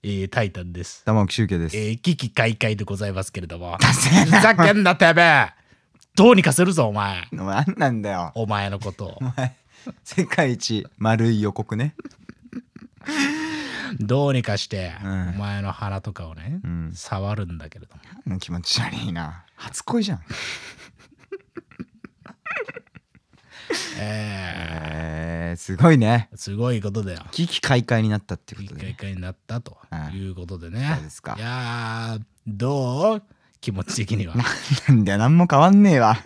タイタンです。 玉木周慶です。 危機開会でございますけれども。ふざけんなてめえ。どうにかするぞお前。 なんなんだよ。 お前のことを。 お前世界一丸い予告ね。 どうにかして、お前の鼻とかをね、触るんだけれども。気持ち悪いな。初恋じゃん。すごいね。 すごいことだよ。 危機開会になったってことで、 危機開会になったということでね。 そうですか。 いやどう気持ち的には。 なんだよ、何も変わんねえわ。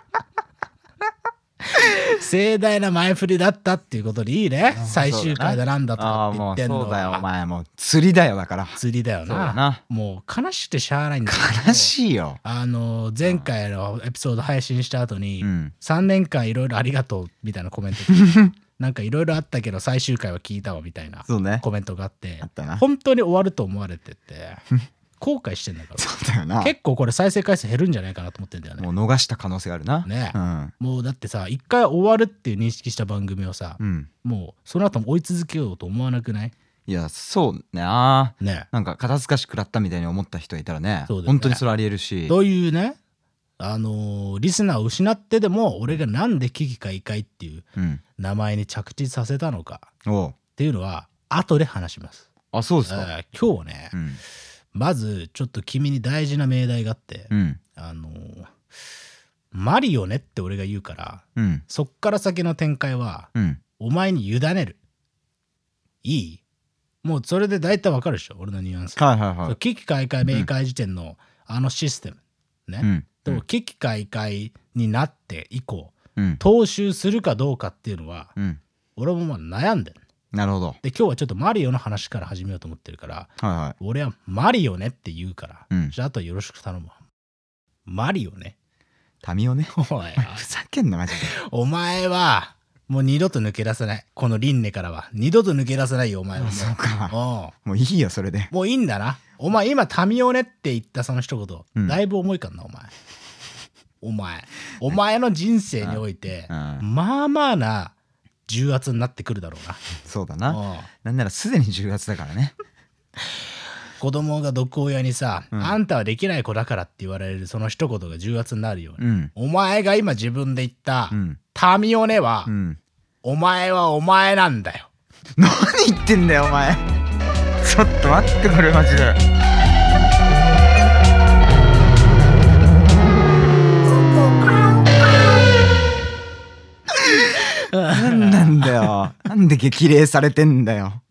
盛大な前振りだったっていうことでいいね。最終回だなんだとかって言ってんのは。 そうだよ、お前もう釣りだよ。だから釣りだよな。もう悲しくてしゃあないんだよ。 悲しいよ。 前回のエピソード配信した後に、3年間いろいろありがとうみたいなコメントなんかいろいろあったけど最終回は聞いたわみたいなコメントがあって、本当に終わると思われてて後悔してんだから。 そうだよな。 結構これ再生回数減るんじゃないかなと思ってんだよね。 もう逃した可能性あるな。 ね、もうだってさ、一回終わるっていう認識した番組をさ、もうその後も追い続けようと思わなくない？ いや、そうね。なんか肩透かし食らったみたいに思った人いたらね、本当にそれありえるし。 そういうね、リスナーを失ってでも俺がなんで危機開会っていう名前に着地させたのかっていうのは後で話します。 あ、そうですか。 今日はね、まずちょっと君に大事な命題があって、マリオねって俺が言うから、そっから先の展開は、お前に委ねる。いい？もうそれで大体わかるでしょ、俺のニュアンス。危機開会明快時点のシステムね、と危機開会になって以降、踏襲するかどうかっていうのは、俺もまあ悩んでる。 なるほど。 で今日はちょっとマリオの話から始めようと思ってるから、俺はマリオねって言うから、じゃああとよろしく頼むわ。マリオね。 タミオね。おいふざけんなマジで。 お前はもう二度と抜け出せない。この輪廻からは二度と抜け出せないよお前は。 そうか。もういいよそれで。 もういいんだな。お前今タミオねって言ったその一言、だいぶ重いかんなお前。お前の人生において、まあまあな重圧になってくるだろうな。 そうだな。なんならすでに重圧だからね。 子供が毒親にさ、あんたはできない子だからって言われるその一言が重圧になるように、お前が今自分で言った、タミオネは、お前はお前なんだよ。 何言ってんだよお前。ちょっと待ってこれマジで。なんなんだよ。なんで激励されてんだよ。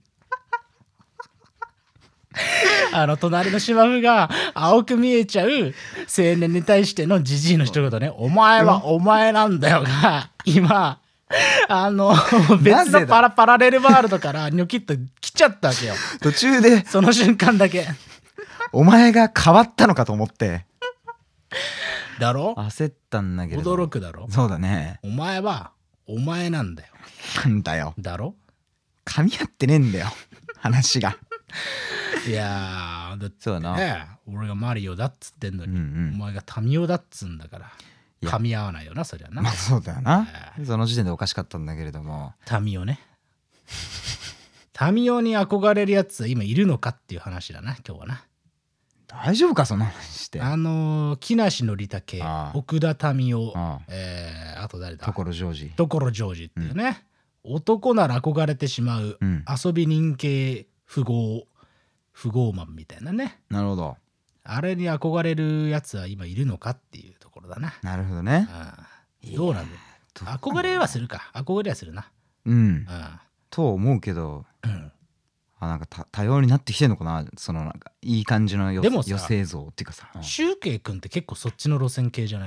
隣の芝生が青く見えちゃう青年に対してのジジイの一言ね、お前はお前なんだよが今別のパラレルワールドからニョキッと来ちゃったわけよ。 途中でその瞬間だけお前が変わったのかと思ってだろ。 焦ったんだけど。 驚くだろ。 そうだね。 お前はお前なんだよ。 なんだよ。 だろ。 噛み合ってねえんだよ話が。 いやだってそうだな。 俺がマリオだっつってんのに、お前がタミオだっつんだから噛み合わないよなそりゃな。 まあそうだよな。その時点でおかしかったんだけれども。 タミオね。タミオに憧れるやつ今いるのかっていう話だな今日はな。 大丈夫かその話して。 木梨憲武、奥田民生、あと誰だ。 所ジョージ。 所ジョージっていうね、男なら憧れてしまう、遊び人系富豪マンみたいなね。 なるほど。 あれに憧れるやつは今いるのかっていうところだな。 なるほどね。 どうなんだよ。憧れはするか。憧れはするな。 と思うけど、なんか多様になってきてんのかな。そのなんかいい感じの余生像っていうかさ。 シュウケイ君って結構そっちの路線系じゃない？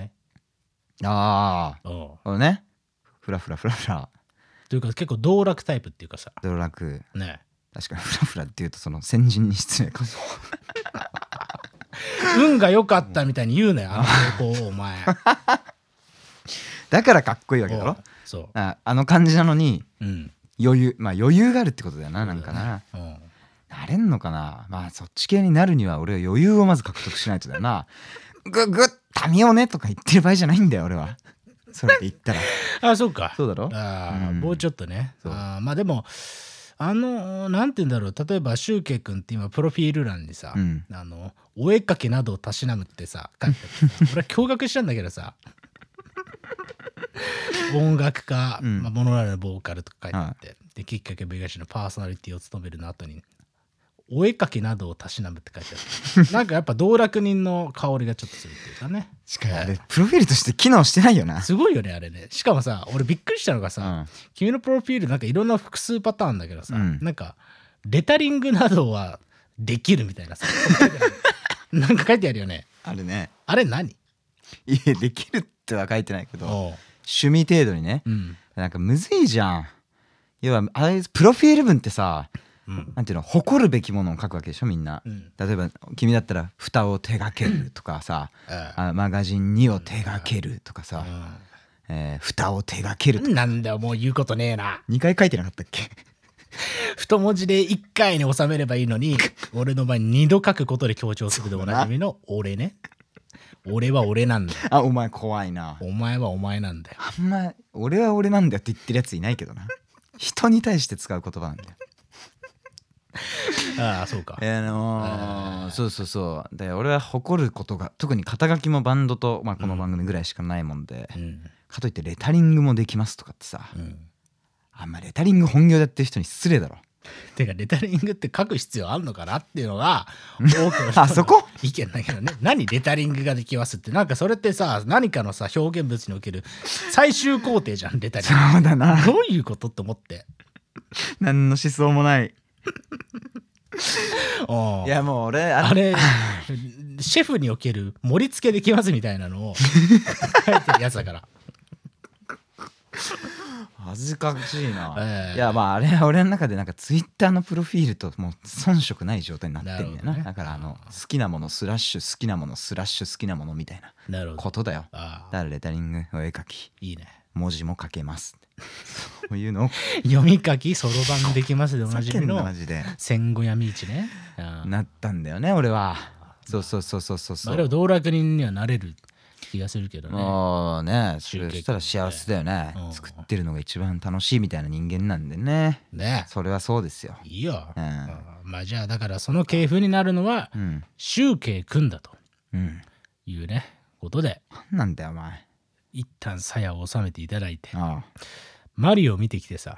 ね。フラフラ。 というか結構道楽タイプっていうかさ。 道楽。 ね。 確かにフラフラっていうとその先人に失礼かも。 運が良かったみたいに言うなよお前。 だからかっこいいわけだろ。 そうあの感じなのに余裕があるってことだよな。なんかななれんのかな。まあそっち系になるには俺は余裕をまず獲得しないとだよな。グッタミオねとか言ってる場合じゃないんだよ俺は。それで言ったらそうか。 そうだろ。 もうちょっとね。まあでもなんて言うんだろう、例えばシュウケイ君って今プロフィール欄にさ、お絵かきなどをたしなむってさ書いてあってさ俺は驚愕したんだけどさ音楽家、モノラルのボーカルとか書いてあって、できっかけベガシのパーソナリティを務めるの後にお絵かきなどをたしなむって書いてあるなんかやっぱ道楽人の香りがちょっとするっていうかね。 しかもあれプロフィールとして機能してないよな。 すごいよねあれね。しかもさ俺びっくりしたのがさ、君のプロフィールなんかいろんな複数パターンだけどさ、なんかレタリングなどはできるみたいなさなんか書いてあるよね。 あるね。 あれ何？ いやできるっては書いてないけど趣味程度にね、なんかむずいじゃん。要はあれプロフィール文ってさ、なんていうの、誇るべきものを書くわけでしょみんな、例えば君だったら蓋を手掛けるとかさ、マガジン2を手掛けるとかさ、蓋を手掛けるとか。 なんだよもう言うことねえな。 2回書いてなかったっけ太文字で1回に収めればいいのに俺の場合2度書くことで強調するでおなじみの俺ね。俺は俺なんだよ。 あ、お前怖いな。 お前はお前なんだよ。 あんま俺は俺なんだよって言ってるやついないけどな。人に対して使う言葉なんだよ。 ああそうか。 そうそうそう。で俺は誇ることが特に肩書きもバンドと、この番組ぐらいしかないもんで、かといってレタリングもできますとかってさ、あんまレタリング本業でやってる人に失礼だろ。 てかレタリングって書く必要あんのかなっていうのが多くの人あそこ意見だけどね。何レタリングができますって、なんかそれってさ何かのさ表現物における最終工程じゃんレタリング。 そうだな。 どういうことって思って何の思想もない。いやもう俺あれシェフにおける盛り付けできますみたいなのを書いてるやつだから恥ずかしいな。いやあれは俺の中でなんかツイッターのプロフィールともう遜色ない状態になってんだよな。だから好きなものスラッシュ好きなものスラッシュ好きなものみたいなことだよ。だからレタリングお絵描きいいね。 文字も書けますそういうの読み書きそろばんできますでおなじみの戦後闇市ねなったんだよね俺は。そうあれは道楽人にはなれる気がするけどね。 もうねそしたら幸せだよね。作ってるのが一番楽しいみたいな人間なんでね。それはそうですよ。 いいよ。じゃあだからその系譜になるのはシュウケイ君だというねことで、 なんだよお前。 一旦鞘を収めていただいて、マリオを見てきてさ、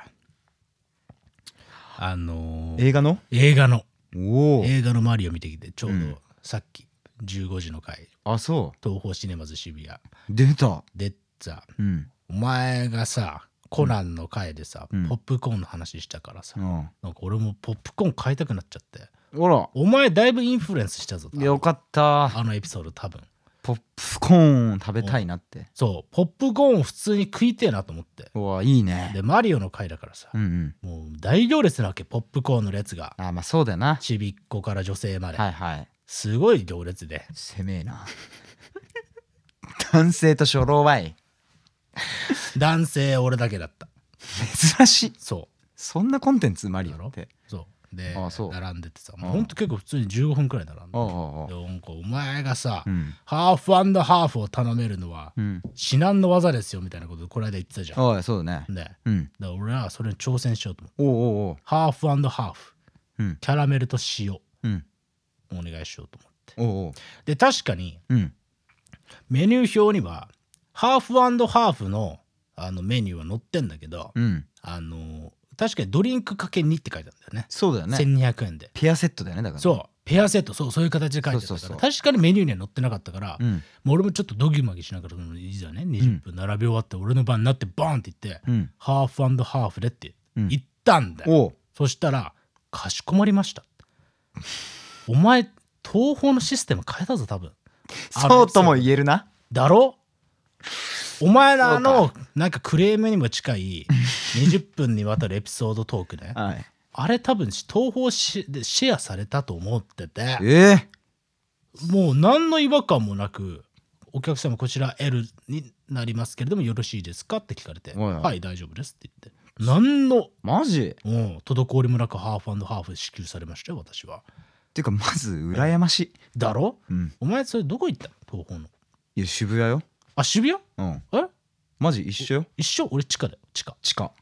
映画のマリオ見てきて、ちょうどさっき15時の回、東宝シネマズ渋谷出た。 お前がさコナンの回でさ、ポップコーンの話したからさ、なんか俺もポップコーン買いたくなっちゃって。お前だいぶインフルエンスしたぞ。 よかった。 あのエピソード多分ポップコーン食べたいなって。 そうポップコーン普通に食いてえなと思って。 うわいいね。 でマリオの回だからさ、もう大行列なわけ。ポップコーンの列が。 そうだよな。 ちびっ子から女性まで、すごい行列で。 せめえな男性と初老はい男性俺だけだった。 珍しい。 そうそんなコンテンツマリオって。 そうで並んでてさ、ほんと結構普通に15分くらい並んで、なんかお前がさ、ハーフ&ハーフを頼めるのは至難の技ですよみたいなことでこの間言ってたじゃん。 そうだね。 だから俺はそれに挑戦しようと思って、ハーフ&ハーフ、キャラメルと塩、お願いしようと思って。で確かにメニュー表にはハーフ&ハーフのメニューは載ってんだけど、確かにドリンクかけ2って書いてあるんだよね。 そうだよね。 1200円でペアセットだよね。だからそうペアセット、そういう形で書いてあったから、確かにメニューには載ってなかったから、もう俺もちょっとドギマギしながらいざね20分並び終わって俺の番になってバーンって言って、ハーフ&ハーフでって言ったんだよ。そしたらかしこまりましたお前東宝のシステム変えたぞ多分。 そうとも言えるな。 だろ。お前らのなんかクレームにも近い20分にわたるエピソードトークね、あれ多分東宝でシェアされたと思ってて、もう何の違和感もなくお客様こちら L になりますけれどもよろしいですかって聞かれて、はい大丈夫ですって言って、何のマジ滞りもなくハーフ&ハーフ支給されましたよ私は。 っていうかまず羨ましいだろ。お前それどこ行ったの東宝の。 いや渋谷よ。 あ渋谷？ マジ一緒よ。 一緒。俺地下だよ地下。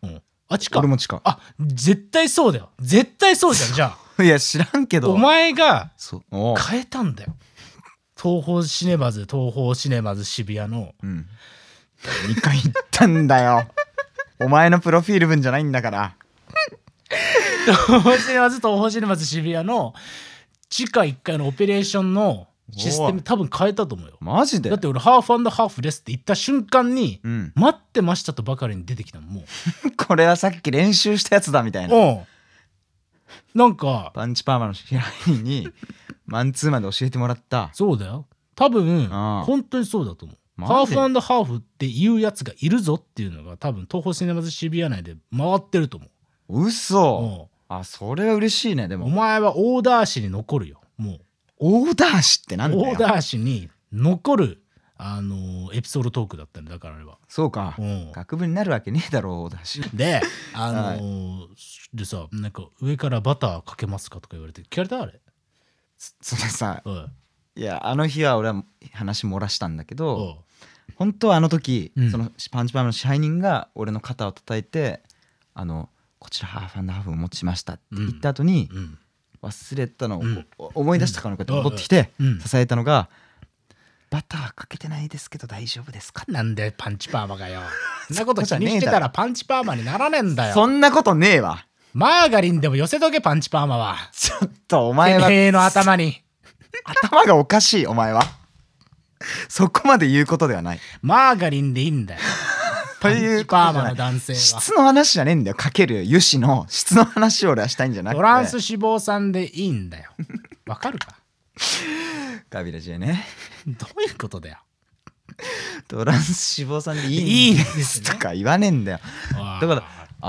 あっちか。 俺も地下。 あ、絶対そうだよ。絶対そうじゃん。じゃあいや知らんけど、 お前が変変えたんだよ。東宝シネマズ渋谷の、 2回行ったんだよ。お前のプロフィール文じゃないんだから。 東宝シネマズ渋谷の地下1階のオペレーションのシステム多分変えたと思うよ。 マジで？ だって俺ハーフ&ハーフですって言った瞬間に、待ってましたとばかりに出てきたもん。もうこれはさっき練習したやつだみたいな。 なんかパンチパーマの支配人にマンツーマンで教えてもらった。 そうだよ。多分本当にそうだと思う。ハーフ&ハーフっていうやつがいるぞっていうのが多分東宝シネマズ渋谷内で回ってると思う。嘘。あ、それは嬉しいね。でもお前はオーダー誌に残るよ。もうオーダー誌ってなんだよ。 オーダー誌に残るエピソードトークだったんだからあれは。 そうか。学部になるわけねえだろオーダー誌ででさ、なんか上からバターかけますかとか言われて聞かれたあれ。 それさ、いやあの日は俺は話漏らしたんだけど、本当はあの時、そのパンチパーマの支配人が俺の肩を叩いてこちらハーフ&ハーフを持ちましたって言った後に、忘れたのを思い出したかのかって戻ってきて支えたのが、バターかけてないですけど大丈夫ですか。 なんでパンチパーマがよ。そんなこと気にしてたらパンチパーマにならねえんだよ。 そんなことねえわ。 マーガリンでも寄せとけパンチパーマは。 ちょっとお前はてめえの頭に頭がおかしい。お前はそこまで言うことではない。 マーガリンでいいんだよ。パンチパーマの男性は質の話じゃねえんだよ。かける油脂の質の話を俺はしたいんじゃなくて、 トランス脂肪酸でいいんだよ。わかるか。 ガビラジエね。 どういうことだよ。 トランス脂肪酸でいいんですとか言わねえんだよ。だから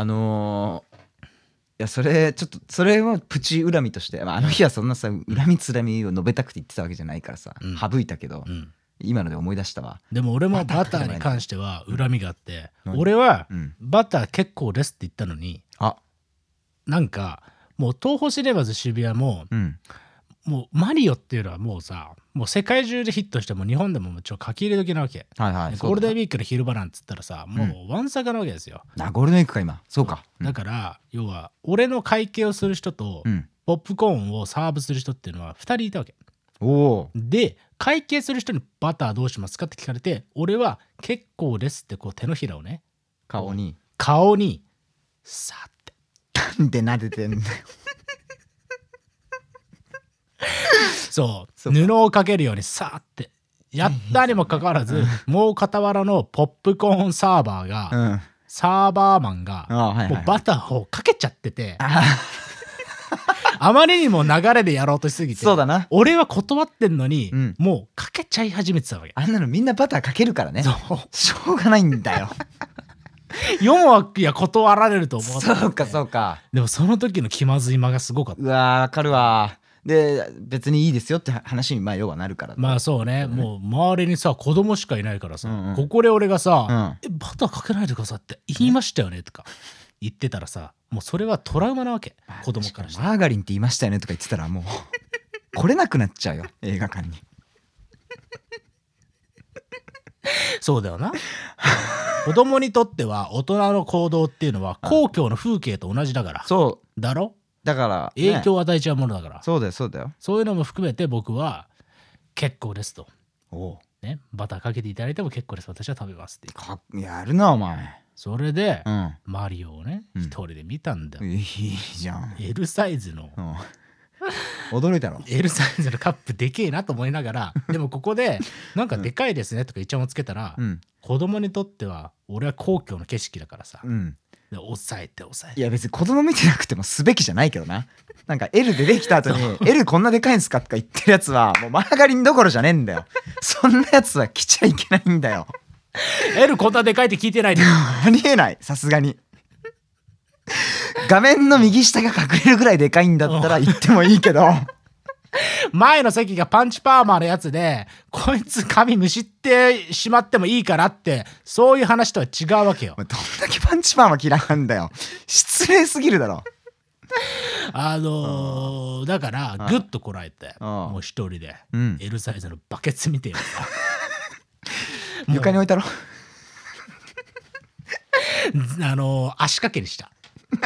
いやそれちょっとそれはプチ恨みとして、あの日はそんなさ恨みつらみを述べたくて言ってたわけじゃないからさ、省いたけど、今ので思い出したわ。 でも俺もバターに関しては恨みがあって、俺はバター結構ですって言ったのに、なんかもう東宝シネマズ渋谷も、もうマリオっていうのはもうさ、もう世界中でヒットしても日本でももちろん書き入れ時なわけ。ゴールデンウィークの昼間なんつったらさ、もうワンサカなわけですよ。 ゴールデンウィークか今。そうか。 だから要は俺の会計をする人とポップコーンをサーブする人っていうのは2人いたわけ。で会計する人にバターどうしますかって聞かれて、俺は結構ですってこう手のひらをね顔にさってなんで撫でてんだよ。 そう布をかけるようにさーってやったにもかかわらず、もう傍らのポップコーンサーバーが、サーバーマンがもうバターをかけちゃってて、あまりにも流れでやろうとしすぎて、 そうだな、 俺は断ってんのに、もうかけちゃい始めてたわけ。 あんなのみんなバターかけるからね。しょうがないんだよ。 4枠や断られると思う。 そうかそうか。 でもその時の気まずい間がすごかった。 うわわかるわ。で別にいいですよって話に要はなるから。 まあそうね、もう周りにさ子供しかいないからさ、ここで俺がさ、バターかけないでくださって言いましたよねとか言ってたらさ、もうそれはトラウマなわけ、子供からして。 マーガリンって言いましたよねとか言ってたらもう来れなくなっちゃうよ映画館に。 そうだよな。子供にとっては大人の行動っていうのは公共の風景と同じだから。 そうだろ。 だから影響を与えちゃうものだから。 そうだよそうだよ。 そういうのも含めて僕は結構ですと、ね、バターかけていただいても結構です、私は食べますってやるなお前。 それで、マリオをね一人で見たんだよ。 いいじゃん。 L サイズの、 驚いたろ。 L サイズのカップでけえなと思いながらでもここでなんかでかいですねとかイチャモンつけたら、子供にとっては俺は皇居の景色だからさ、抑えて。 いや別に子供見てなくてもすべきじゃないけどな。なんか L でできた後にL こんなでかいんすかとか言ってるやつはもうマーガリンどころじゃねえんだよ。そんなやつは来ちゃいけないんだよ。 L こんなでかいって聞いてないで。 ありえない、さすがに。画面の右下が隠れるぐらいでかいんだったら言ってもいいけど、 前の席がパンチパーマのやつでこいつ髪むしってしまってもいいからってそういう話とは違うわけよ。 どんだけパンチパーマ嫌いなんだよ。失礼すぎるだろ。 だからグッとこらえてもう一人で L サイズのバケツみたいなさ床に置いたろ。 足掛けにした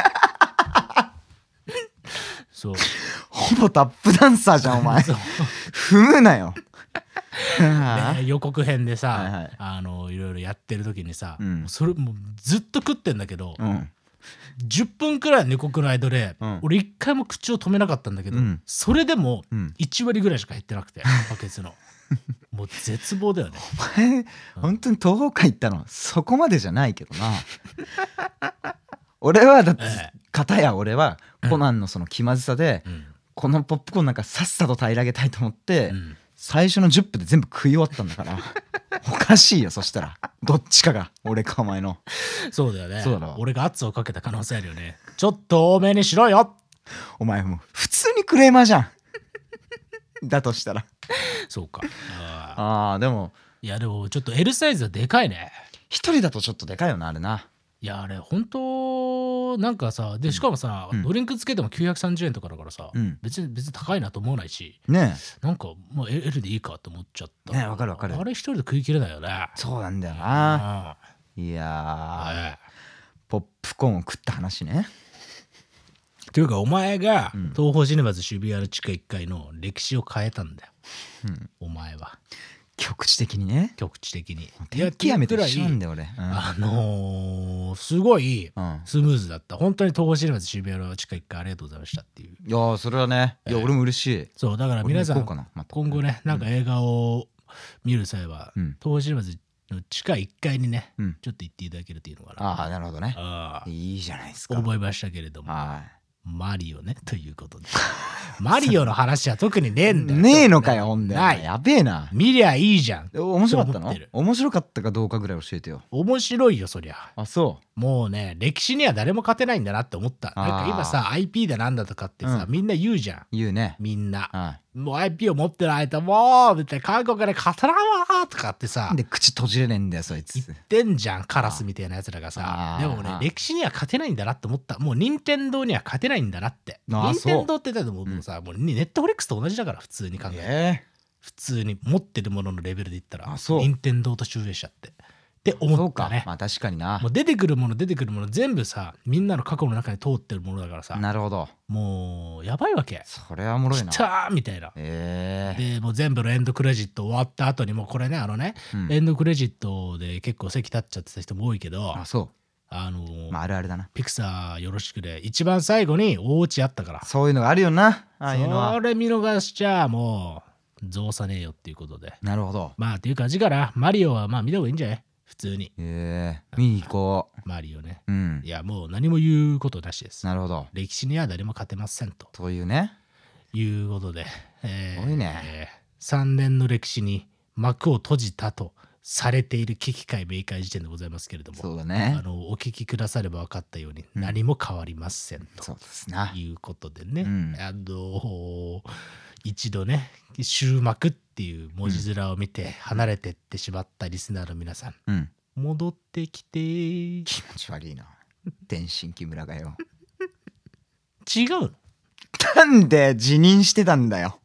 そうほぼタップダンサーじゃんお前踏むなよ予告編でさ、 はいはいろいろやってる時にさ、 それもうずっと食ってんだけど、10分くらいの予告の間で、俺一回も口を止めなかったんだけど、それでも1割ぐらいしか減ってなくて、バケツのもう絶望だよね。 お前本当に東宝会行ったのそこまでじゃないけどな俺はだって、片や俺はコナンのその気まずさで、このポップコーンなんかさっさと平らげたいと思って、最初の10分で全部食い終わったんだからおかしいよ。そしたらどっちかが俺かお前の。 そうだよね。 そうだろ。 俺が圧をかけた可能性あるよね。ちょっと多めにしろよ。 お前もう普通にクレーマーじゃんだとしたらそうか。 でもいやでもちょっと L サイズはでかいね。 一人だとちょっとでかいよなあれな。 いやあれ本当なんかさでしかもさ、ドリンクつけても930円とかだからさ、別に高いなと思わないしね。 なんかもう L でいいかと思っちゃったね。わかるわかる。 あれ一人で食い切れないよね。 そうなんだよな。いやポップコーンを食った話ね。 というかお前が東宝シネマズ渋谷の地下1階の歴史を変えたんだよ、お前は。 局地的にね。 局地的に。 天気やめて一緒なんだよ俺。 すごいスムーズだった。本当に東宝シネマズ渋谷の地下1階ありがとうございましたっていう。 いやそれはね。いや俺も嬉しい。 そうだから皆さん今後ねなんか映画を見る際は東宝シネマズの地下1階にねちょっと行っていただけるっていうのかな。 なるほどね。いいじゃないですか。 覚えましたけれども。マリオねということでマリオの話は特にねえんだよ。 ねえのかよほんで。やべえな。 見りゃいいじゃん。 面白かったの？面白かったかどうかぐらい教えてよ。 面白いよそりゃ。 あそうもうね歴史には誰も勝てないんだなって思った。なんか今さ IP だなんだとかってさ、みんな言うじゃん。 言うねみんな。もう IP を持ってないともうみたいな韓国で勝たらんわとかってさで口閉じれねえんだよそいつ。 言ってんじゃんカラスみたいなやつらがさ。でもね歴史には勝てないんだなって思った。もう任天堂には勝てないんだなって。任天堂って言ったらもうさ、もうネットフリックスと同じだから普通に考えて、普通に持ってるもののレベルで言ったら任天堂と集英社って思ったね。 まあ確かにな。 もう出てくるもの全部さみんなの過去の中に通ってるものだからさ。 なるほど。 もうやばいわけ。 それはおもろいな。 来たーみたいな。でもう全部のエンドクレジット終わった後にもこれねエンドクレジットで結構席立っちゃってた人も多いけど。 あそう。あるあるだな。 ピクサーよろしくで一番最後に大落ちあったから。 そういうのがあるよな。ああいうのは。 それ見逃しちゃもう造作ねえよっていうことで。 なるほど。 まあっていう感じからマリオはまあ見た方がいいんじゃない？普通に。 見に行こう。 マリオね。いやもう何も言うことなしです。 なるほど。 歴史には誰も勝てませんと。 というね。 いうことで。 すごいね。 3年の歴史に幕を閉じたとされている危機開明快時点でございますけれども。 そうだね。 お聞きくだされば分かったように何も変わりませんと。 そうですな。 いうことでね。一度ね終幕っていう文字面を見て離れてってしまったリスナーの皆さん、戻ってきて。 気持ち悪いな天心木村がよ。 違うの？ なんで辞任してたんだよ。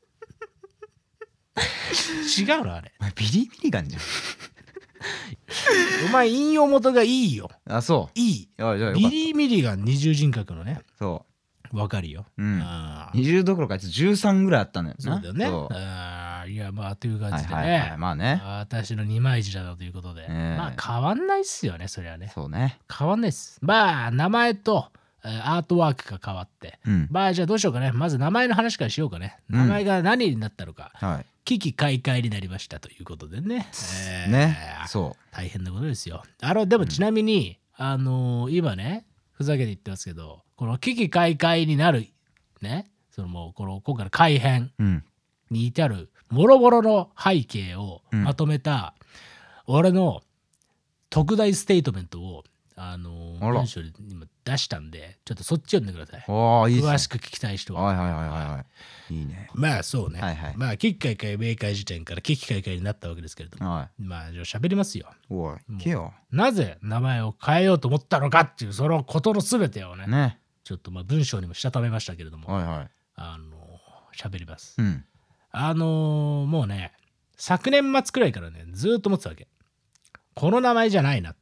違うのあれ。 ビリビリガンじゃん。 お前引用元がいいよ。 あそう。 いい。ビリミリガン二重人格のね。 そう。 わかるよ。 20どころか13ぐらいあったんだよな。 そうだよね。いやまあという感じでね。 まあね。 私の二枚舌だということで、まあ変わんないっすよねそれはね。 そうね。 変わんないっす。まあ名前とアートワークが変わって、まあじゃあどうしようかね。まず名前の話からしようかね。名前が何になったのか。危機開会になりましたということでね。 そう大変なことですよ。でもちなみに今ねふざけて言ってますけど、この危機開会になるね、そのもうこの今回の改編に至るもろもろの背景をまとめた俺の特大ステートメントを文章に今出したんで、ちょっとそっち読んでください。詳しく聞きたい人は。いいね。まあそうね。まあ危機開会明快時点から危機開会になったわけですけれども、まあじゃあ喋りますよ。なぜ名前を変えようと思ったのかっていうそのことの全てをね、ちょっとまあ文章にもしたためましたけれども、喋ります。もうね昨年末くらいからねずっと思ってたわけ。この名前じゃないなって。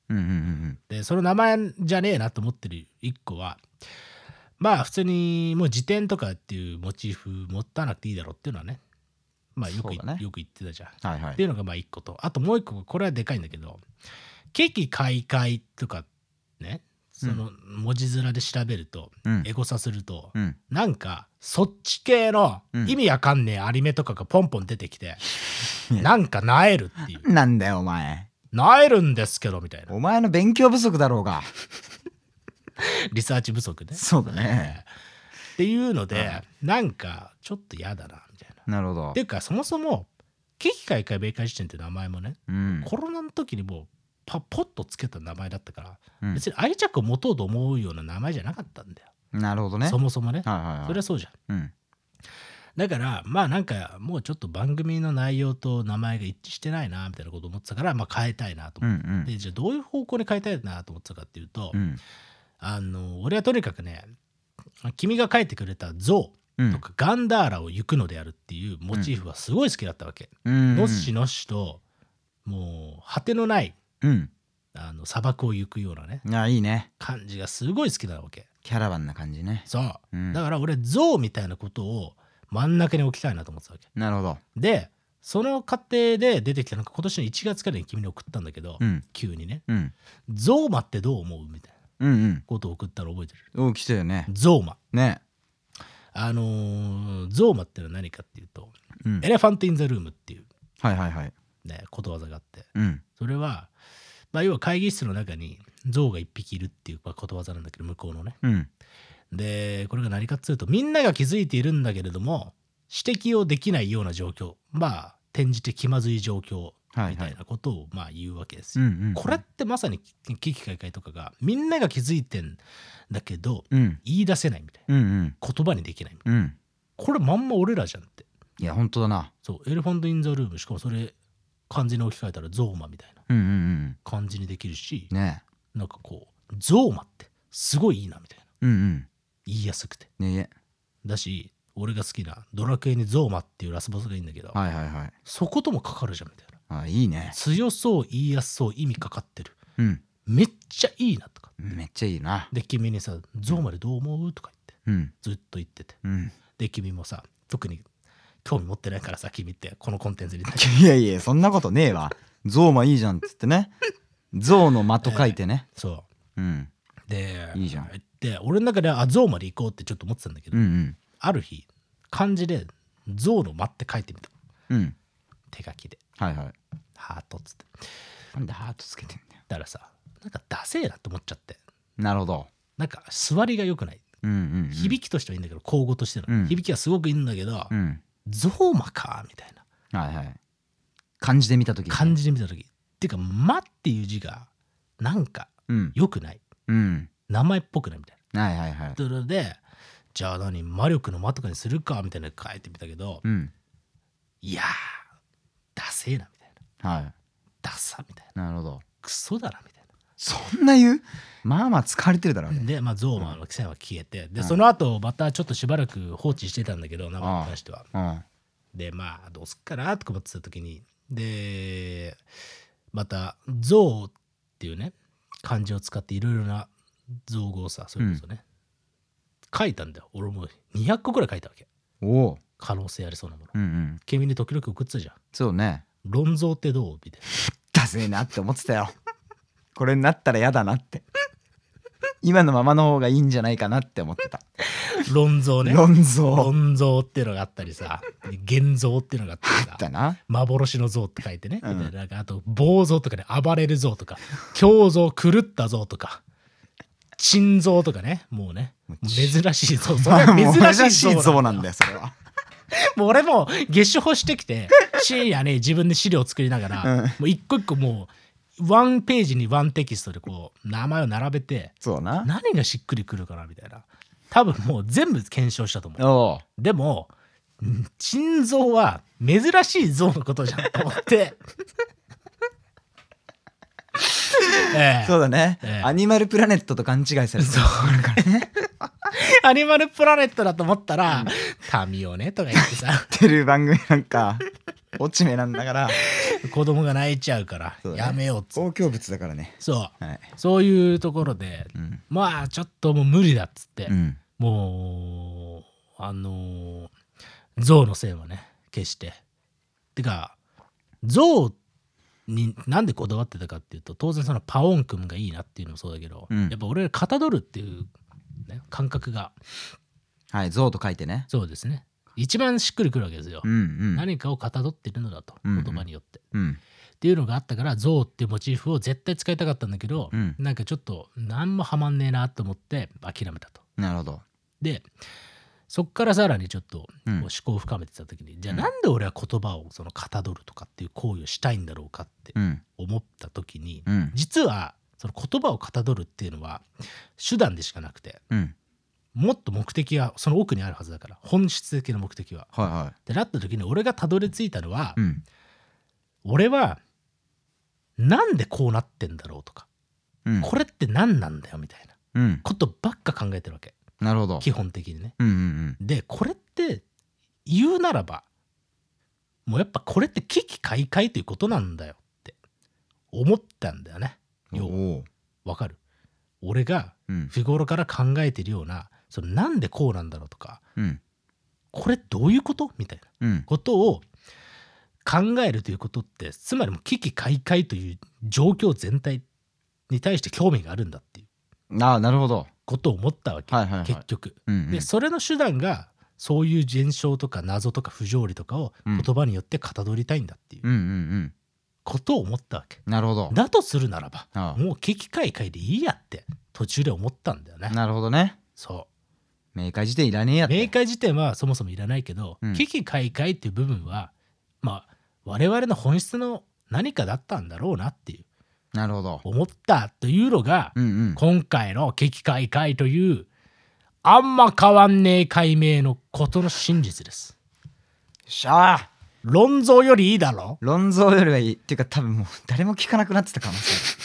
でその名前じゃねえなと思ってる一個はまあ普通にもう辞典とかっていうモチーフ持たなくていいだろうっていうのはねまあよく言ってたじゃん、はいはい、っていうのがまあ一個とあともう一個これはでかいんだけどケキカイカイとかねその文字面で調べると、エゴサすると、なんかそっち系の意味わかんねえアニメとかがポンポン出てきて、なんかなえるっていうなんだよお前なえるんですけどみたいなお前の勉強不足だろうがリサーチ不足ねそうだね、 っていうので、なんかちょっと嫌だなみたいななるほどっていうかそもそもケキカイカイ米会辞典って名前もね、コロナの時にもうポッとつけた名前だったから、別に愛着を持とうと思うような名前じゃなかったんだよ。 なるほどね。 そもそもね、それはそうじゃん。だからまあなんかもうちょっと番組の内容と名前が一致してないなみたいなことを思ってたからまあ変えたいなと思って、でじゃあどういう方向に変えたいなと思ってたかっていうと、俺はとにかくね君が書いてくれたゾウとかガンダーラを行くのであるっていうモチーフはすごい好きだったわけ。のっしのっしともう果てのない砂漠を行くようなねいいね感じがすごい好きなわけ。 キャラバンな感じね。 そう、だから俺ゾウみたいなことを真ん中に置きたいなと思ってたわけ。 なるほど。 でその過程で出てきたのが今年の1月からに君に送ったんだけど、急にね、ゾウマってどう思うみたいなことを送ったら覚えてる？ 来たよね。 ゾウマね。 ゾウマってのは何かっていうと、エレファント・イン・ザ・ルームっていうねことわざがあって、それはまあ、要は会議室の中に象が一匹いるっていうことわざなんだけど向こうのね、でこれが何かっていうとみんなが気づいているんだけれども指摘をできないような状況まあ転じて気まずい状況みたいなことをまあ言うわけですよ。これってまさに危機開会とかがみんなが気づいてんだけど、言い出せないみたいな、言葉にできないみたいな、これまんま俺らじゃんって。 いや本当だな。 そうエレファント・イン・ザ・ルームしかもそれ漢字に置き換えたらゾウマみたいな感じにできるし、なんかこうゾウマってすごいいいなみたいな、言いやすくて、だし俺が好きなドラクエにゾウマっていうラスボスがいいんだけど、そこともかかるじゃんみたいな。 いいね。 強そう言いやすそう意味かかってる、めっちゃいいなとか、 めっちゃいいな。で君にさゾウマでどう思うとか言って、ずっと言ってて、で君もさ特に興味持ってないからさ君ってこのコンテンツにいやいやそんなことねえわ。ゾウマいいじゃんっつってね。ゾウの間と書いてね。 そう。でいいじゃん。 で俺の中ではゾウまで行こうってちょっと思ってたんだけど、ある日漢字でゾウの間って書いてみた。手書きで。ハートっつって。 なんでハートつけてんだよ。 だからさなんかダセえなって思っちゃって。 なるほど。 なんか座りが良くない。響きとしてはいいんだけど口語としての、響きはすごくいいんだけど、ゾウマかみたいな。漢字で見た時っていうか「間」っていう字がなんか良くない、名前っぽくないみたいな。それでじゃあ何魔力の間とかにするかみたいなの書いてみたけど、いやーダセーなみたいな、ダサみたいな、 なるほど、 クソだなみたいな。 そんな言う？まあまあ使われてるだろうね。 でまあゾウマの線は消えて、でその後またちょっとしばらく放置してたんだけど名前に関しては。でまあどうすっかなとか思ってた時にでまたゾウっていうね漢字を使っていろいろな造語をさそれこそね、書いたんだよ。俺も200個ぐらい書いたわけ。可能性ありそうなもの、君に時々送ってたじゃん。 そうね。 論造ってどうみたいな。 ダセえなって思ってたよ。これになったら嫌だなって。今のままの方がいいんじゃないかなって思ってた。 論造ね。 論造っていうのがあったりさ、現像っていうのがあったりさ、 あったな。 幻の像って書いてね、なんかあと暴像とかね、暴れる像とか狂像狂った像とか珍像とかね、もうね珍しい像、それは珍しい像なんだよそれは。 もう俺も月謝欲してきて深夜ね自分で資料作りながら、もう一個一個もうワンページにワンテキストでこう名前を並べて、 そうな、 何がしっくりくるかなみたいな、多分もう全部検証したと思う。でも珍像は珍しい像のことじゃんと思ってそうだね、アニマルプラネットと勘違いされてるからね。 アニマルプラネットだと思ったら「タミオね」とか言ってさてる番組なんか落ち目なんだから子供が泣いちゃうからやめようっ公共物だからね。 そう、そういうところで、まあちょっともう無理だっつって、もう象の線はね消して、てか象になんでこだわってたかっていうと、当然そのパオン君がいいなっていうのもそうだけど、やっぱ俺かたどるっていう、ね、感覚が、 象と書いてね。 そうですね、一番しっくりくるわけですよ、何かをかたどってるのだと、言葉によって、っていうのがあったから、象っていうモチーフを絶対使いたかったんだけど、なんかちょっと何もハマんねえなと思って諦めたと。 なるほど。 でそっからさらにちょっと思考を深めてた時に、じゃあなんで俺は言葉をそのかたどるとかっていう行為をしたいんだろうかって思った時に、実はその言葉をかたどるっていうのは手段でしかなくて、もっと目的がその奥にあるはずだから、本質的な目的は。ってなった時に俺がたどり着いたのは、俺はなんでこうなってんだろうとか、これって何なんだよみたいなことばっか考えてるわけ。 なるほど。 基本的にね。でこれって言うならばもうやっぱこれって危機開会ということなんだよって思ったんだよね。わかる？俺が日頃から考えてるような、そのなんでこうなんだろうとか、これどういうことみたいなことを考えるということって、つまりもう危機開会という状況全体に対して興味があるんだっていう。 なるほど。 ことを思ったわけ、結局。でそれの手段がそういう現象とか謎とか不条理とかを言葉によってかたどりたいんだっていうことを思ったわけ。 なるほど。 だとするならばもう危機開会でいいやって途中で思ったんだよね。 なるほどね。そう明快辞典いらねえやって。 明快辞典はそもそもいらないけど、危機開会っていう部分はまあ我々の本質の何かだったんだろうなっていう、 なるほど、 思ったというのが、今回の危機開会というあんま変わんねえ解明のことの真実です。 しゃあ、 論争よりいいだろ。 論争よりはいいっていうか、多分もう誰も聞かなくなってた可能性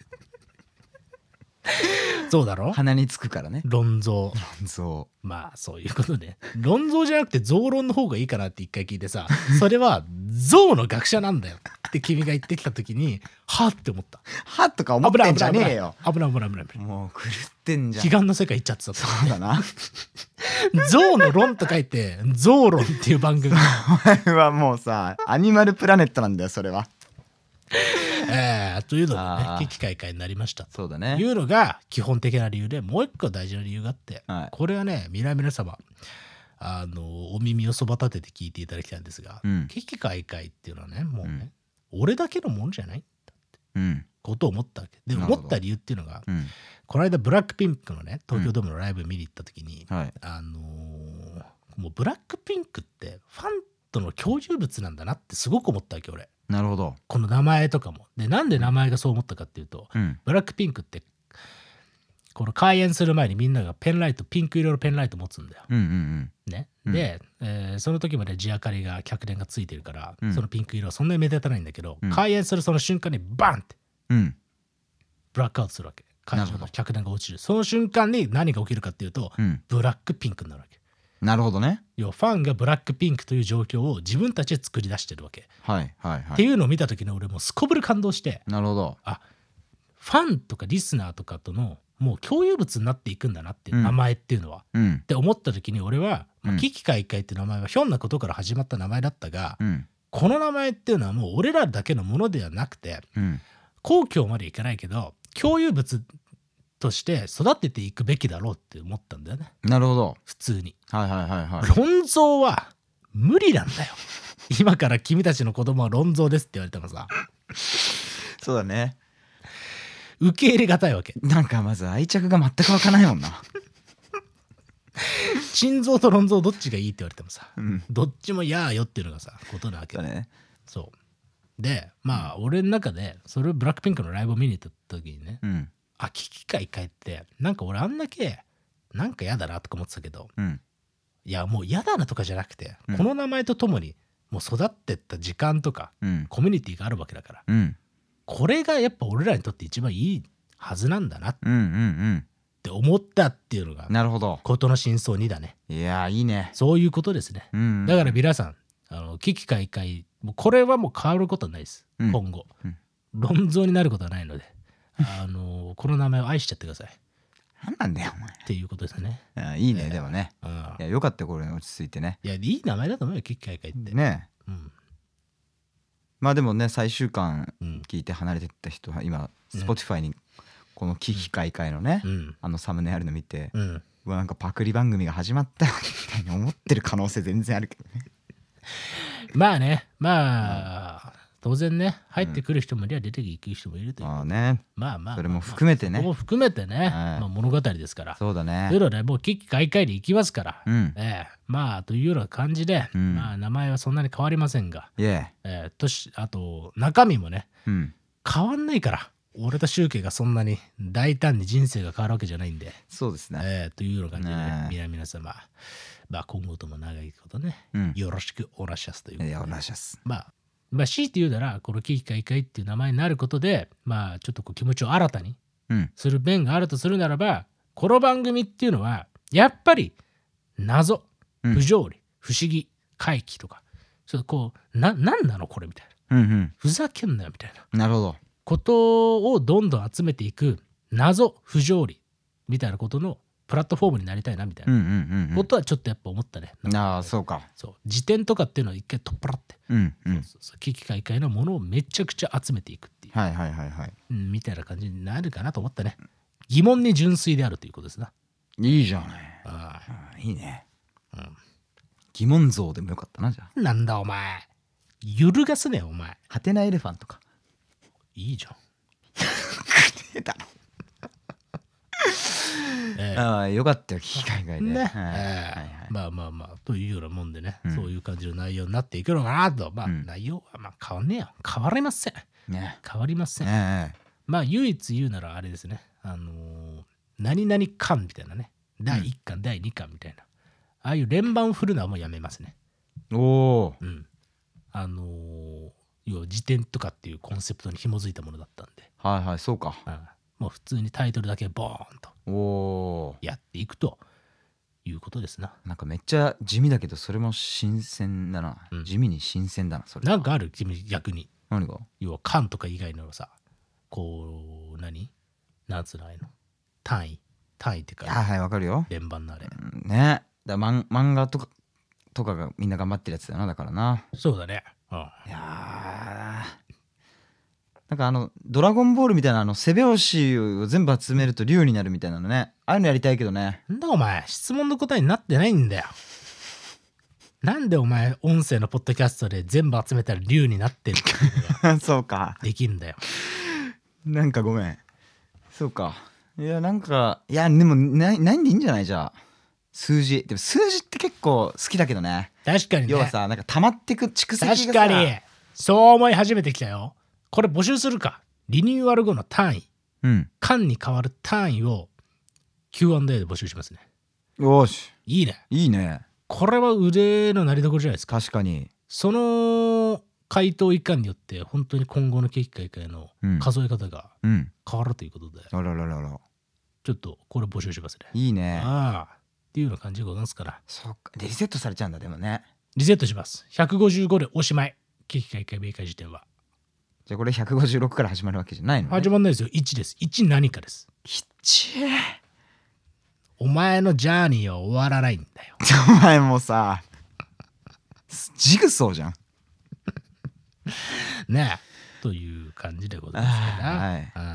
そうだろ。 鼻につくからね。 論争。 まあそういうことね。論争じゃなくて象論の方がいいかなって一回聞いてさ、それは象の学者なんだよって君が言ってきた時にはって思った。 はとか思ってんじゃねえよ。 危ない。もう狂ってんじゃん。 彼岸の世界行っちゃってた。 そうだな。 象の論と書いて象論っていう番組。 お前はもうさ、アニマルプラネットなんだよそれは。 というのでね、危機開会になりましたそうだね、 いうのが基本的な理由で、もう一個大事な理由があって、これはね皆様お耳をそば立てて聞いていただきたいんですが、危機開会っていうのはね、もうね、俺だけのものじゃないんだってことを思ったわけで、思った理由っていうのが、この間ブラックピンクのね東京ドームのライブ見に行った時に、もうブラックピンクってファンとの共有物なんだなってすごく思ったわけ俺。 なるほど。 この名前とかもで、なんで名前がそう思ったかっていうと、ブラックピンクってこの開演する前にみんながペンライト、ピンク色のペンライト持つんだよ、ね。で、その時まで地明かりが客電がついてるから、そのピンク色はそんなに目立たないんだけど、開演するその瞬間にバンってブラックアウトするわけ。会場の客電が落ちるその瞬間に何が起きるかっていうと、ブラックピンクになるわけ。 なるほどね。 要はファンがブラックピンクという状況を自分たちで作り出してるわけ。っていうのを見た時に俺もすこぶる感動して、 なるほど。 ファンとかリスナーとかとのもう共有物になっていくんだなっていう、名前っていうのは、って思った時に俺は、危機開会っていう名前はひょんなことから始まった名前だったが、この名前っていうのはもう俺らだけのものではなくて、公共までいかないけど共有物として育てていくべきだろうって思ったんだよね。 なるほど。 普通に。 論争は無理なんだよ。今から君たちの子供は論争ですって言われてもさ。 そうだね。 受け入れがたいわけ。 なんかまず愛着が全く湧かないもんな。 心臓と論争どっちがいいって言われてもさ、どっちもやーよっていうのがさことなわけだね。そうで、まあ俺の中でそれをブラックピンクのライブを見に行った時にね、危機開会ってなんか俺あんだけなんか嫌だなとか思ってたけど、いやもう嫌だなとかじゃなくて、この名前とともにもう育ってった時間とか、コミュニティがあるわけだから、これがやっぱ俺らにとって一番いいはずなんだなって思ったっていうのが、 なるほど、 事の真相2だね。 いやいいね。 そういうことですね。だから皆さん危機開会もうこれはもう変わることはないです、 うん、 今後、 うん、 論争になることはないのでこの名前を愛しちゃってください。 何なんだよお前っていうことですね。 いいね、でもね、いやよかったこれ落ち着いてね。 いやいい名前だと思うよ、キキカイカイってね。まあでもね、最終巻うん、 聞いて離れてった人は今 Spotify にこのキキカイカイのね、サムネあるの見て、なんかパクリ番組が始まったよみたいに思ってる可能性全然あるけどね。 まあね、まあ、当然ね、入ってくる人もいれば出ていく人もいるという。 まあね、 まあまあ、 それも含めてね。 も含めてね、まあ物語ですから。 そうだね。 というので、もうキキカイカイでいきますから、まあというような感じで、まあ名前はそんなに変わりませんが、あと中身もね、変わんないから。俺とシュウケイがそんなに大胆に人生が変わるわけじゃないんで。 そうですね。 というような感じで、皆様、まあ今後とも長いことね、よろしくおらしゃすということで。 おらしゃす。 まあ強いて言うなら、このキキカイカイっていう名前になることで、まあちょっとこう気持ちを新たにする面があるとするならば、この番組っていうのは、やっぱり謎、不条理、不思議、怪奇とか、ちょっとこう、なんなのこれみたいな。ふざけんなよみたいな。 なるほど。 ことをどんどん集めていく謎不条理みたいなことのプラットフォームになりたいなみたいなことはちょっとやっぱ思ったね。 ああ、そうか。 そう、辞典とかっていうのは一回取っ払って、キキカイカイのものをめちゃくちゃ集めていくっていう、みたいな感じになるかなと思ったね。疑問に純粋であるということですな。 いいじゃない。いいね。疑問像でもよかったな、じゃあ。 なんだお前、揺るがすねお前。 ハテナエレファントか。 いいじゃん。 下手ああ、よかったよ、機会外で。 まあまあまあ、というようなもんでね、そういう感じの内容になっていくのかなと。まあ、内容はまあ変わんねえよ。変わりません。変わりません。まあ、唯一言うならあれですね。何々巻みたいなね。第1巻、第2巻みたいな。ああいう連番振るのはもうやめますね。 おお。 要は辞典とかっていうコンセプトに紐づいたものだったんで、 そうか。 もう普通にタイトルだけボーンとやっていくということですな。 なんかめっちゃ地味だけど、それも新鮮だな。地味に新鮮だな、それ。 なんかある君、逆に。 何が？ 要は巻とか以外のさ、こうなんつうの、単位ってか。 わかるよ。 連番のあれ。 ね。漫画とかがみんな頑張ってるやつだな、だからな。 そうだね。 いやなんかドラゴンボールみたいな背拍子を全部集めると竜になるみたいなのね。ああいうのやりたいけどね。 なんだお前、質問の答えになってないんだよ。なんでお前、音声のポッドキャストで全部集めたら竜になってるってそうか。 できるんだよ。 なんかごめん。そうか。いや、なんか、いや、でもないんでいいんじゃない？じゃあ。数字。でも数字って結構好きだけどね。 確かにね。 要はさ、なんか溜まってく蓄積がさ。 確かに。そう思い始めてきたよ。これ募集するか。リニューアル後の単位。巻に変わる単位を Q&A で募集しますね。 よし。 いいね。 いいね。 これは腕のなりどころじゃないですか。 確かに。 その回答いかんによって本当に今後の景気開会の数え方が変わるということで、 あらららら。 ちょっとこれ募集しますね。 いいね。 っていうような感じでございますから。 そっか。リセットされちゃうんだ、でもね。 リセットします。155でおしまい。景気開会明快時点は。 じゃあこれ156から始まるわけじゃないのね。 始まんないですよ。1です。1何かです。お前のジャーニーは終わらないんだよ。 お前もさ、ジグソーじゃん。 ねえ。という感じでございますから。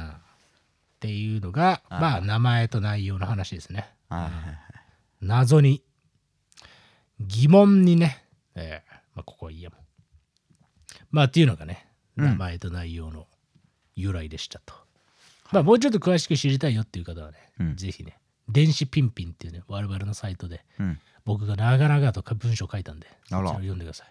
っていうのが、まあ名前と内容の話ですね。謎に、疑問にね、まあここはいいやもん。まあっていうのがね、名前と内容の由来でしたと。まあもうちょっと詳しく知りたいよっていう方はね、ぜひね、電子ピンピンっていうね、我々のサイトで、僕が長々と文章書いたんで、そちらを読んでください。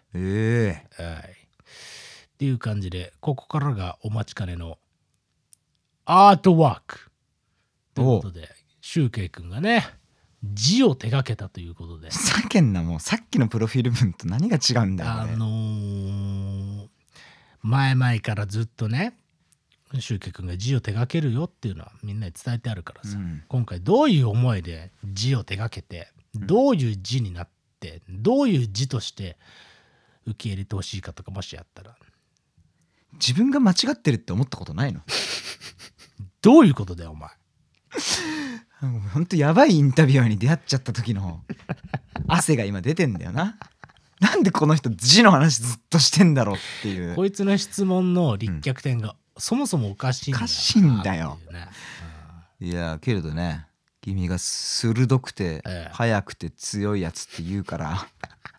っていう感じで、ここからがお待ちかねのアートワークということで、シュウケイ君がね、字を手掛けたということで。 叫んな、もうさっきのプロフィール文と何が違うんだよ。 前々からずっとね、シュウケイ君が字を手掛けるよっていうのはみんなに伝えてあるからさ、今回どういう思いで字を手掛けて、どういう字になって、どういう字として受け入れてほしいかとかもしあったら。 自分が間違ってるって思ったことないの？ どういうことだよお前。 ほんとやばいインタビュアーに出会っちゃった時の汗が今出てんだよな。なんでこの人字の話ずっとしてんだろうっていう。 こいつの質問の立脚点がそもそもおかしいんだよ、 おかしいんだよ、ね。いやけれどね、君が鋭くて速くて強いやつって言うから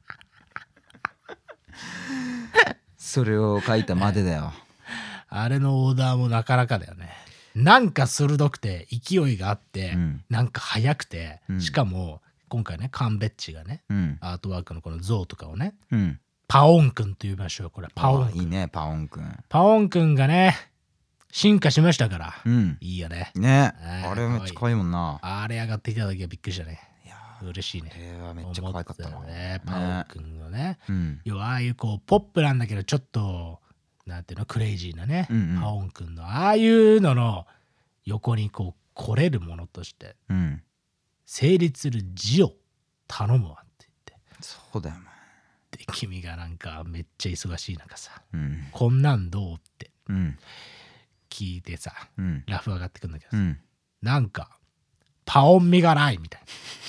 それを書いたまでだよ。 あれのオーダーもなかなかだよね。なんか鋭くて勢いがあって、なんか速くて、しかも今回ねカンベッチがね、アートワークのこの像とかをね、パオンくんと言いましょう。これパオンくん。 いいねパオンくん。 パオンくんがね進化しましたから、いいよね。 ね、あれめっちゃ可愛いもんな。 あれ上がってきた時はびっくりしたね。嬉しいね。 あれはめっちゃ可愛かったね。パオンくんのね、要はああいうこうポップなんだけどちょっとなんていうのクレイジーなね、パオンくんのああいうのの横にこう来れるものとして、成立する字を頼むわって言って。 そうだよお前。 で君がなんかめっちゃ忙しい中さ、こんなんどうって聞いてさ、ラフ上がってくんだけどさ、なんかパオン味がないみたい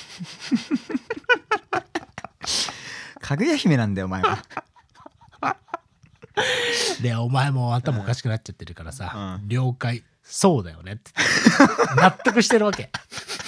な。かぐや姫なんだよお前は。 でお前も頭おかしくなっちゃってるからさ、了解そうだよねって納得してるわけ。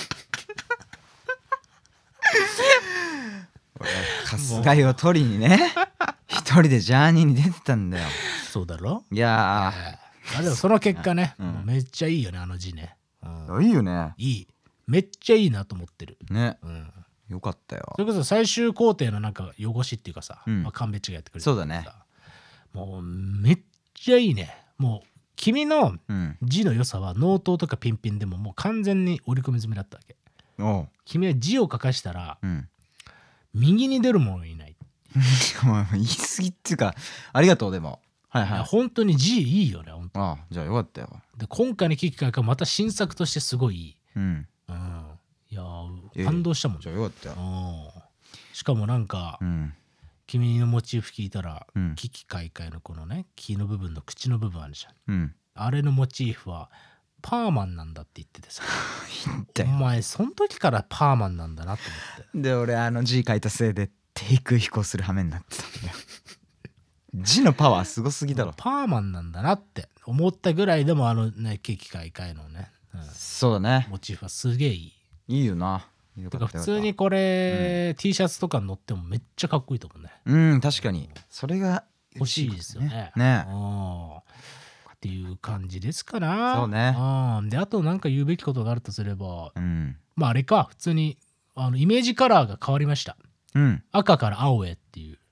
春日を取りにね一人でジャーニーに出てたんだよ。 そうだろ。 いやでもその結果ね、もうめっちゃいいよねあの字ね。 いいよね。 いい、めっちゃいいなと思ってるね。よかったよ。 それこそ最終工程のなんか汚しっていうかさ、カンベッチがやってくれる。 そうだね。 もうめっちゃいいね。もう君の字の良さは納刀とかピンピンでももう完全に織り込み済みだったわけ。君は字を書かしたら、右に出る者いない。 言い過ぎっていうかありがとう。でも本当に字いいよね。本当。 じゃあよかったよ。 で今回の危機開会また新作としてすごいいい。いや感動したもん。 じゃあよかったよ。 しかもなんか、君のモチーフ聞いたら、危機開会のこのね木の部分の口の部分あるじゃん、あれのモチーフはパーマンなんだって言っててさお前その時からパーマンなんだなと思って。 で俺字書いたせいで低空飛行する羽目になってたんだよ。字のパワーすごすぎだろ。 パーマンなんだなって思ったぐらいでもね危機開会のね、 そうだねモチーフはすげえいいよな。 だから普通にこれ、T シャツとかに乗ってもめっちゃかっこいいと思うね。 確かにそれが欲しいですよね。っていう感じですかな。 そうね。 であとなんか言うべきことがあるとすれば、まああれか普通にイメージカラーが変わりました。赤から青へっていう、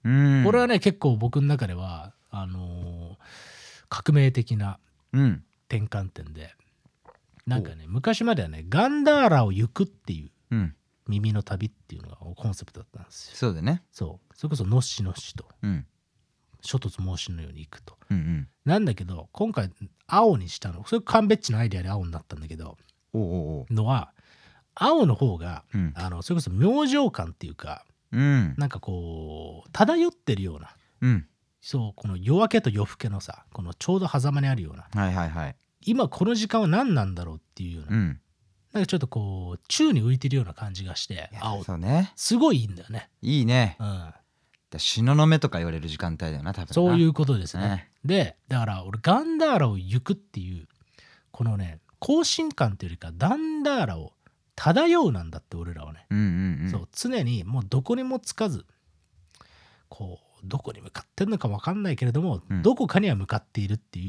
これはね結構僕の中では革命的な転換点で、なんかね昔まではねガンダーラを行くっていう、耳の旅っていうのがコンセプトだったんですよ。 そうだね。 それこそのっしのっしと、諸突猛進のように行くと、なんだけど今回青にしたの、それカンベッチのアイデアで青になったんだけど、のは青の方が、それこそ明星感っていうか、なんかこう漂ってるような、そうこの夜明けと夜更けのさこのちょうど狭間にあるような、今この時間は何なんだろうっていうような、なんかちょっとこう宙に浮いてるような感じがして青、 そうね、 すごいいいんだよね。 いいね。東雲とか言われる時間帯だよな多分な。 そういうことですね。でだから俺ガンダーラを行くっていうこのね更新感というよりかダンダーラを漂うなんだって俺らはね、そう常にもうどこにもつかずこうどこに向かってるのか分かんないけれども、どこかには向かっているっていう、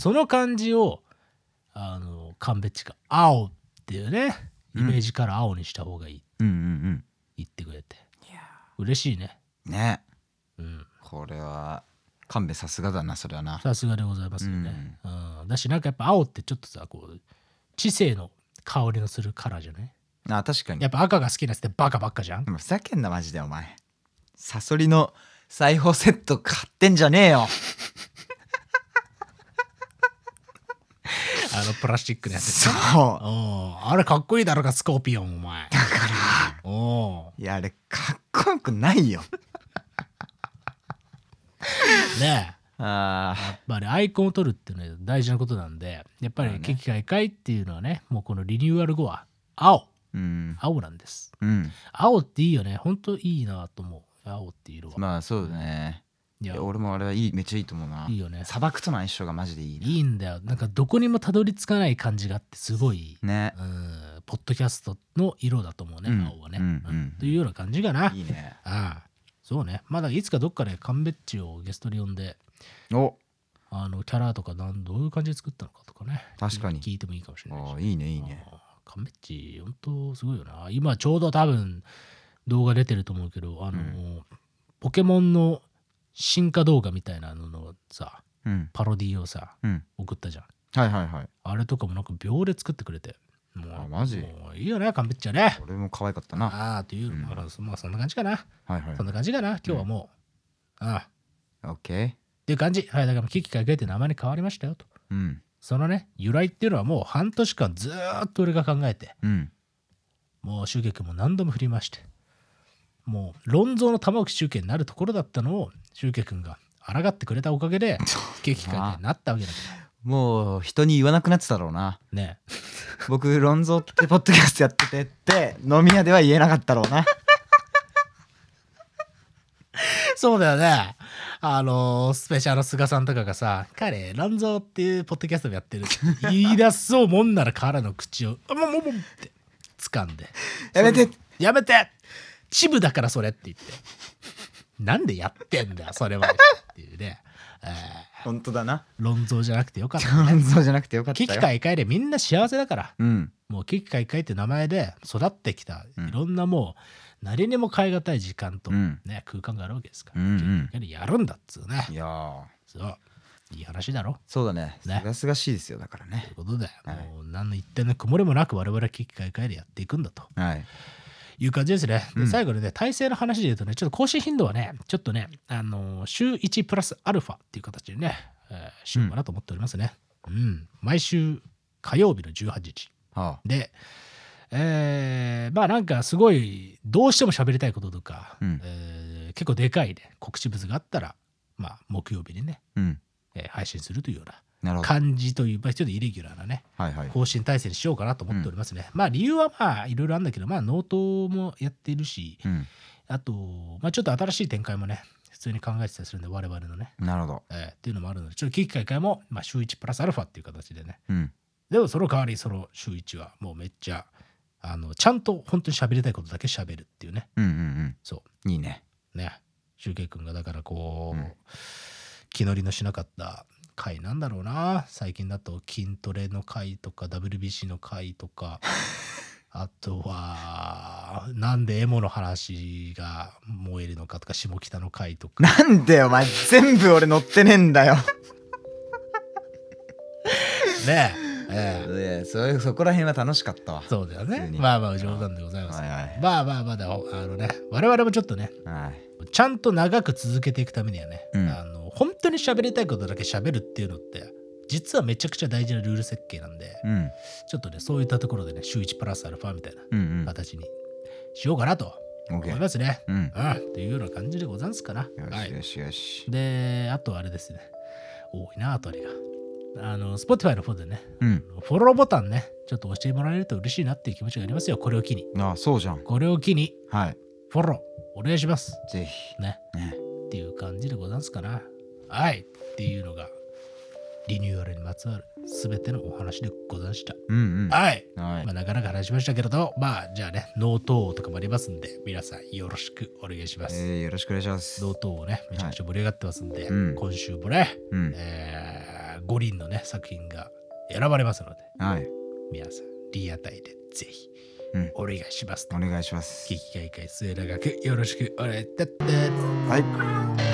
その感じをカンベッチが青っていうねイメージから青にした方がいい、言ってくれて、嬉しいね。 ね、これは神戸さすがだな。それはなさすがでございますよね。だしなんかやっぱ青ってちょっとさこう知性の香りのするカラーじゃない？ 確かに。 やっぱ赤が好きなやつってバカばっかじゃん。 ふざけんなマジでお前。サソリの裁縫セット買ってんじゃねえよ。 プラスチックのやつ。 そう。 あれかっこいいだろかスコーピオンお前。 だから。いやあれかっこよくないよ。 ねえ。 やっぱりアイコンを取るっていうのは大事なことなんで、やっぱり危機開会っていうのはね、もうこのリニューアル後は青なんです。青っていいよね。本当いいなと思う。青っていう色は。 まあそうだね。いや俺もあれはいい、めっちゃいいと思うな。 いいよね。 砂漠との相性がマジでいい。 いいんだよ。なんかどこにもたどり着かない感じがあってすごいね。 ポッドキャストの色だと思うね、青はね。というような感じかな。 いいね。 そうね。まだいつかどっかでカンベッチをゲストに呼んで、キャラとかどういう感じで作ったのかとかね。 確かに聞いてもいいかもしれない。 いいねいいね。 カンベッチ本当すごいよな。今ちょうど多分動画出てると思うけど、ポケモンの進化動画みたいなののさ、パロディをさ、送ったじゃん。あれとかもなんか秒で作ってくれて。 マジもういいよね、カンベッチはね。 俺も可愛かったな。 という、まあそんな感じかな。そんな感じかな、今日はもう。 オッケー。 っていう感じ。だから危機開会って名前に変わりましたよと。そのね、由来っていうのはもう半年間ずーっと俺が考えて、もうシュウケイ君も何度も振りまして、もう論争の玉置周慶になるところだったのをシュウケイ君が抗ってくれたおかげで危機開会になったわけだけど。 もう人に言わなくなってたろうな。 ね。 僕論争ってポッドキャストやっててって飲み屋では言えなかったろうな。 そうだよね。スペシャル菅さんとかがさ、彼論争っていうポッドキャストをやってるって言い出そうもんなら彼の口をもうって掴んで、やめてチブだからそれって言って、なんでやってんだよそれはっていうね。 本当だな。 論争じゃなくてよかった、 ね。論争じゃなくてよかったよ。 危機開会でみんな幸せだから、もう危機開会って名前で育ってきたいろんなもう何にも変え難い時間と、ね空間があるわけですから、やるんだっつうね。 いやそういい話だろ。 そうだね。すがすがしいですよだからね。 ということで、もう何の一点の曇りもなく我々は危機開会でやっていくんだと。いう感じですね。で最後にね、体制の話で言うとね、ちょっと更新頻度はね、ちょっとね、週1プラスアルファっていう形でね、しようかなと思っておりますね。毎週火曜日の18時。で、まあなんかすごい、どうしても喋りたいこととか、結構でかいね、告知物があったら、まあ木曜日にね、配信するというような。感じという、ちょっとイレギュラーなね、更新体制にしようかなと思っておりますね。まあ理由はまあいろいろあるんだけど、まあノートもやっているし、あと、まあちょっと新しい展開もね、普通に考えてたりするんで、我々のね。 なるほど。 っていうのもあるので、ちょっと危機開会も、まあ週1プラスアルファっていう形でね。でもその代わり、その週1はもうめっちゃ、ちゃんと本当に喋りたいことだけ喋るっていうね。そう。 いいね。 ね。シュウケイ君がだからこう、気乗りのしなかった回なんだろうな。最近だと筋トレの回とか WBC の回とかあとはなんでエモの話が燃えるのかとか下北の回とか。 なんでお前全部俺乗ってねえんだよ。 ねえ。そこら辺は楽しかったわ。 そうだよね。まあまあ冗談でございます。まあまあまだ我々もちょっとね、ちゃんと長く続けていくためにはね、本当に喋りたいことだけ喋るっていうのって実はめちゃくちゃ大事なルール設計なんで、ちょっとねそういったところでね週1プラスアルファみたいな形にしようかなと思いますね。っていうような感じでござんすかな。 よしよし。 であとあれですね、多いなあとあれがSpotify の方でね、フォローボタンねちょっと押してもらえると嬉しいなっていう気持ちがありますよ。これを機に。 そうじゃん。 これを機にフォローお願いします。 ぜひねっていう感じでござんすかな。っていうのがリニューアルにまつわる全てのお話でござんした。まあなかなか話しましたけれど、まあじゃあねノートとかもありますんで皆さんよろしくお願いします。 よろしくお願いします。 ノートをねめちゃくちゃ盛り上がってますんで、今週もね、5人のね作品が選ばれますので、皆さんリアタイでぜひお願いします。 お願いします。 危機開会末永くよろしくお願いします。